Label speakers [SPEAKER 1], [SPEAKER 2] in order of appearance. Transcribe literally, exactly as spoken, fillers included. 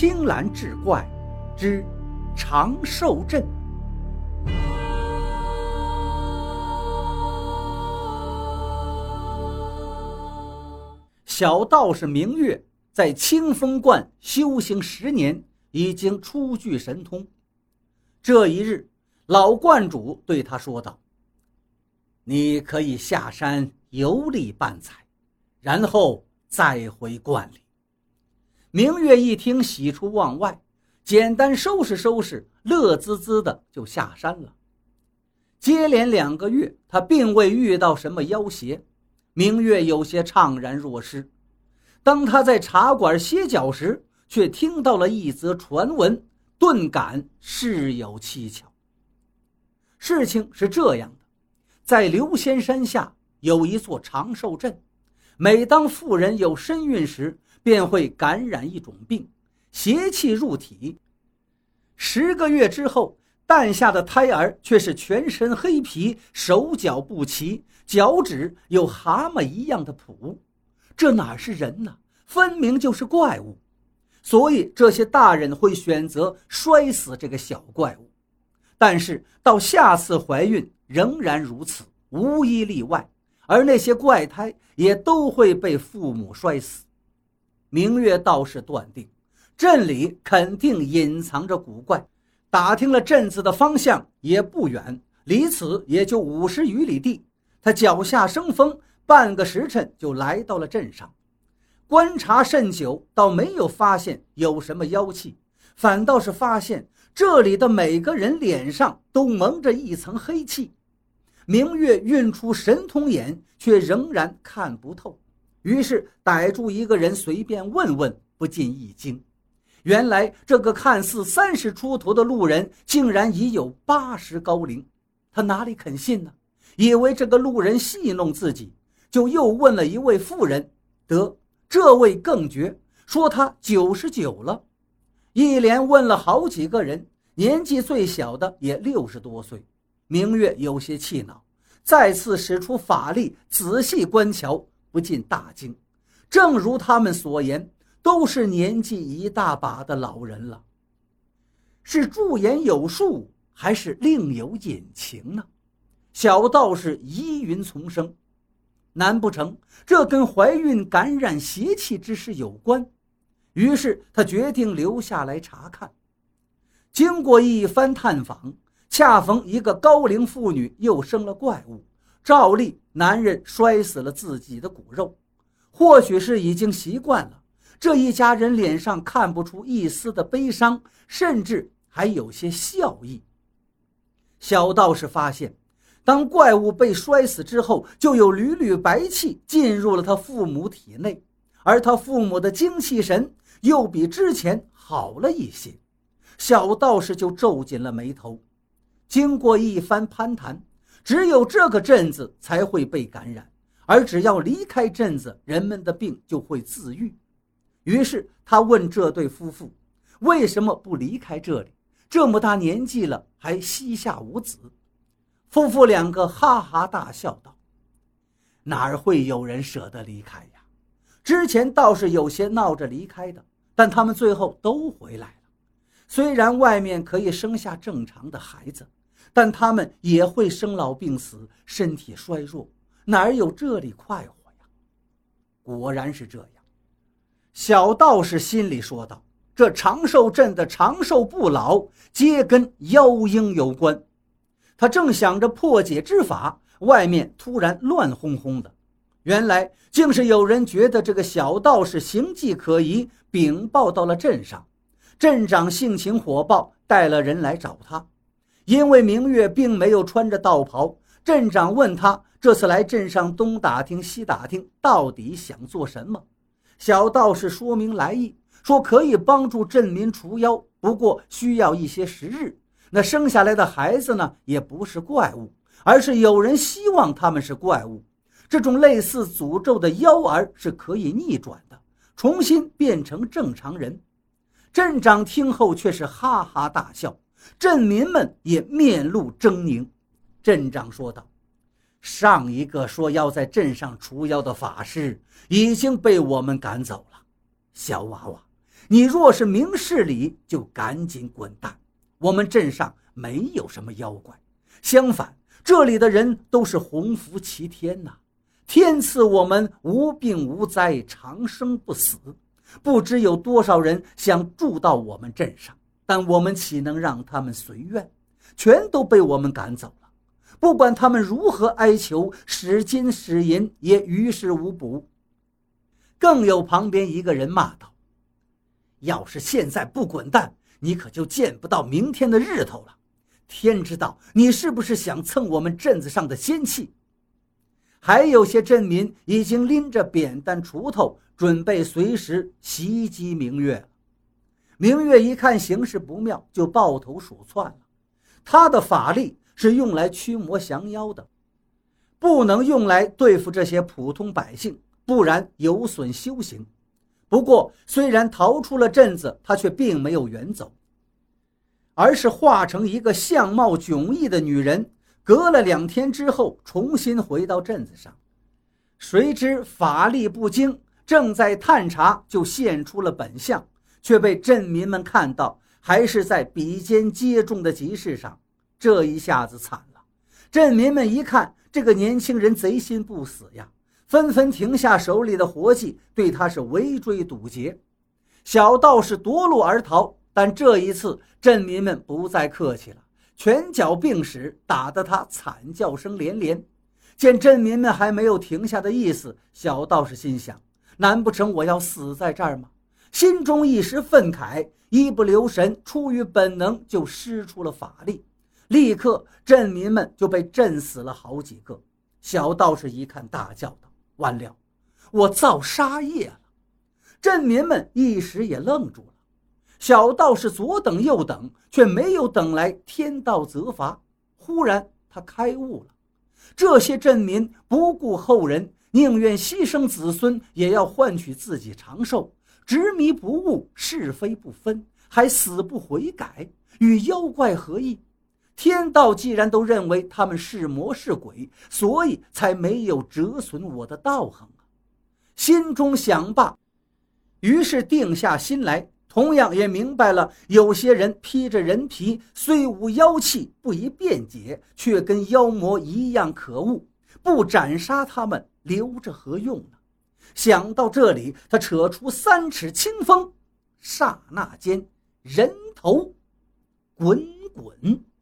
[SPEAKER 1] 青蓝志怪之长寿镇。小道士明月在清风观修行十年，已经初具神通。这一日，老观主对他说道：你可以下山游历半载，然后再回观里。明月一听，喜出望外，简单收拾收拾，乐滋滋的就下山了。接连两个月，他并未遇到什么妖邪，明月有些怅然若失。当他在茶馆歇脚时，却听到了一则传闻，顿感事有蹊跷。事情是这样的，在流仙山下有一座长寿镇，每当妇人有身孕时，便会感染一种病，邪气入体。十个月之后，诞下的胎儿却是全身黑皮，手脚不齐，脚趾有蛤蟆一样的蹼。这哪是人呢？分明就是怪物。所以这些大人会选择摔死这个小怪物。但是到下次怀孕仍然如此，无一例外，而那些怪胎也都会被父母摔死。明月倒是断定镇里肯定隐藏着古怪，打听了镇子的方向也不远，离此也就五十余里地。他脚下生风，半个时辰就来到了镇上。观察甚久，倒没有发现有什么妖气，反倒是发现这里的每个人脸上都蒙着一层黑气。明月运出神通眼，却仍然看不透，于是逮住一个人随便问问，不禁一惊。原来这个看似三十出头的路人，竟然已有八十高龄。他哪里肯信呢？以为这个路人戏弄自己，就又问了一位妇人，得这位更绝，说他九十九了。一连问了好几个人，年纪最小的也六十多岁。明月有些气恼，再次使出法力仔细观瞧，不禁大惊。正如他们所言，都是年纪一大把的老人了。是驻颜有术，还是另有隐情呢？小道士疑云丛生，难不成这跟怀孕感染邪气之事有关？于是他决定留下来查看。经过一番探访，恰逢一个高龄妇女又生了怪物，照例男人摔死了自己的骨肉。或许是已经习惯了，这一家人脸上看不出一丝的悲伤，甚至还有些笑意。小道士发现，当怪物被摔死之后，就有缕缕白气进入了他父母体内，而他父母的精气神又比之前好了一些。小道士就皱紧了眉头。经过一番攀谈，只有这个镇子才会被感染，而只要离开镇子，人们的病就会自愈。于是他问这对夫妇，为什么不离开这里？这么大年纪了，还膝下无子。夫妇两个哈哈大笑道：哪儿会有人舍得离开呀？之前倒是有些闹着离开的，但他们最后都回来了。虽然外面可以生下正常的孩子，但他们也会生老病死，身体衰弱，哪有这里快活呀？果然是这样。小道士心里说道，这长寿镇的长寿不老，皆跟妖婴有关。他正想着破解之法，外面突然乱哄哄的。原来竟是有人觉得这个小道士行迹可疑，禀报到了镇上。镇长性情火爆，带了人来找他。因为明月并没有穿着道袍，镇长问他这次来镇上东打听西打听，到底想做什么。小道士说明来意，说可以帮助镇民除妖，不过需要一些时日。那生下来的孩子呢，也不是怪物，而是有人希望他们是怪物。这种类似诅咒的妖儿是可以逆转的，重新变成正常人。镇长听后却是哈哈大笑，镇民们也面露狰狞。镇长说道：上一个说要在镇上除妖的法师已经被我们赶走了。小娃娃， 你若是明事理，就赶紧滚蛋。我们镇上没有什么妖怪，相反，这里的人都是鸿福齐天呐、啊，天赐我们无病无灾，长生不死。不知有多少人想住到我们镇上，但我们岂能让他们随愿？全都被我们赶走了。不管他们如何哀求，使金使银，也于事无补。更有旁边一个人骂道：要是现在不滚蛋，你可就见不到明天的日头了。天知道你是不是想蹭我们镇子上的仙气。还有些镇民已经拎着扁担锄头，准备随时袭击明月了。明月一看形势不妙，就抱头鼠窜了。他的法力是用来驱魔降妖的，不能用来对付这些普通百姓，不然有损修行。不过虽然逃出了镇子，他却并没有远走，而是化成一个相貌迥异的女人，隔了两天之后重新回到镇子上。谁知法力不精，正在探查就现出了本相，却被镇民们看到，还是在比肩接种的集市上。这一下子惨了，镇民们一看这个年轻人贼心不死呀，纷纷停下手里的活计，对他是围追堵截。小道士夺路而逃，但这一次镇民们不再客气了，拳脚并使，打得他惨叫声连连。见镇民们还没有停下的意思，小道士心想，难不成我要死在这儿吗？心中一时愤慨，一不留神，出于本能就施出了法力，立刻镇民们就被震死了好几个。小道士一看，大叫道：完了，我造杀业了！镇民们一时也愣住了。小道士左等右等，却没有等来天道责罚。忽然他开悟了，这些镇民不顾后人，宁愿牺牲子孙，也要换取自己长寿，执迷不悟，是非不分，还死不悔改，与妖怪何异？天道既然都认为他们是魔是鬼，所以才没有折损我的道行啊！心中想罢，于是定下心来，同样也明白了，有些人披着人皮，虽无妖气，不宜辩解，却跟妖魔一样可恶，不斩杀他们，留着何用呢？想到这里，他扯出三尺清风，刹那间人头滚滚。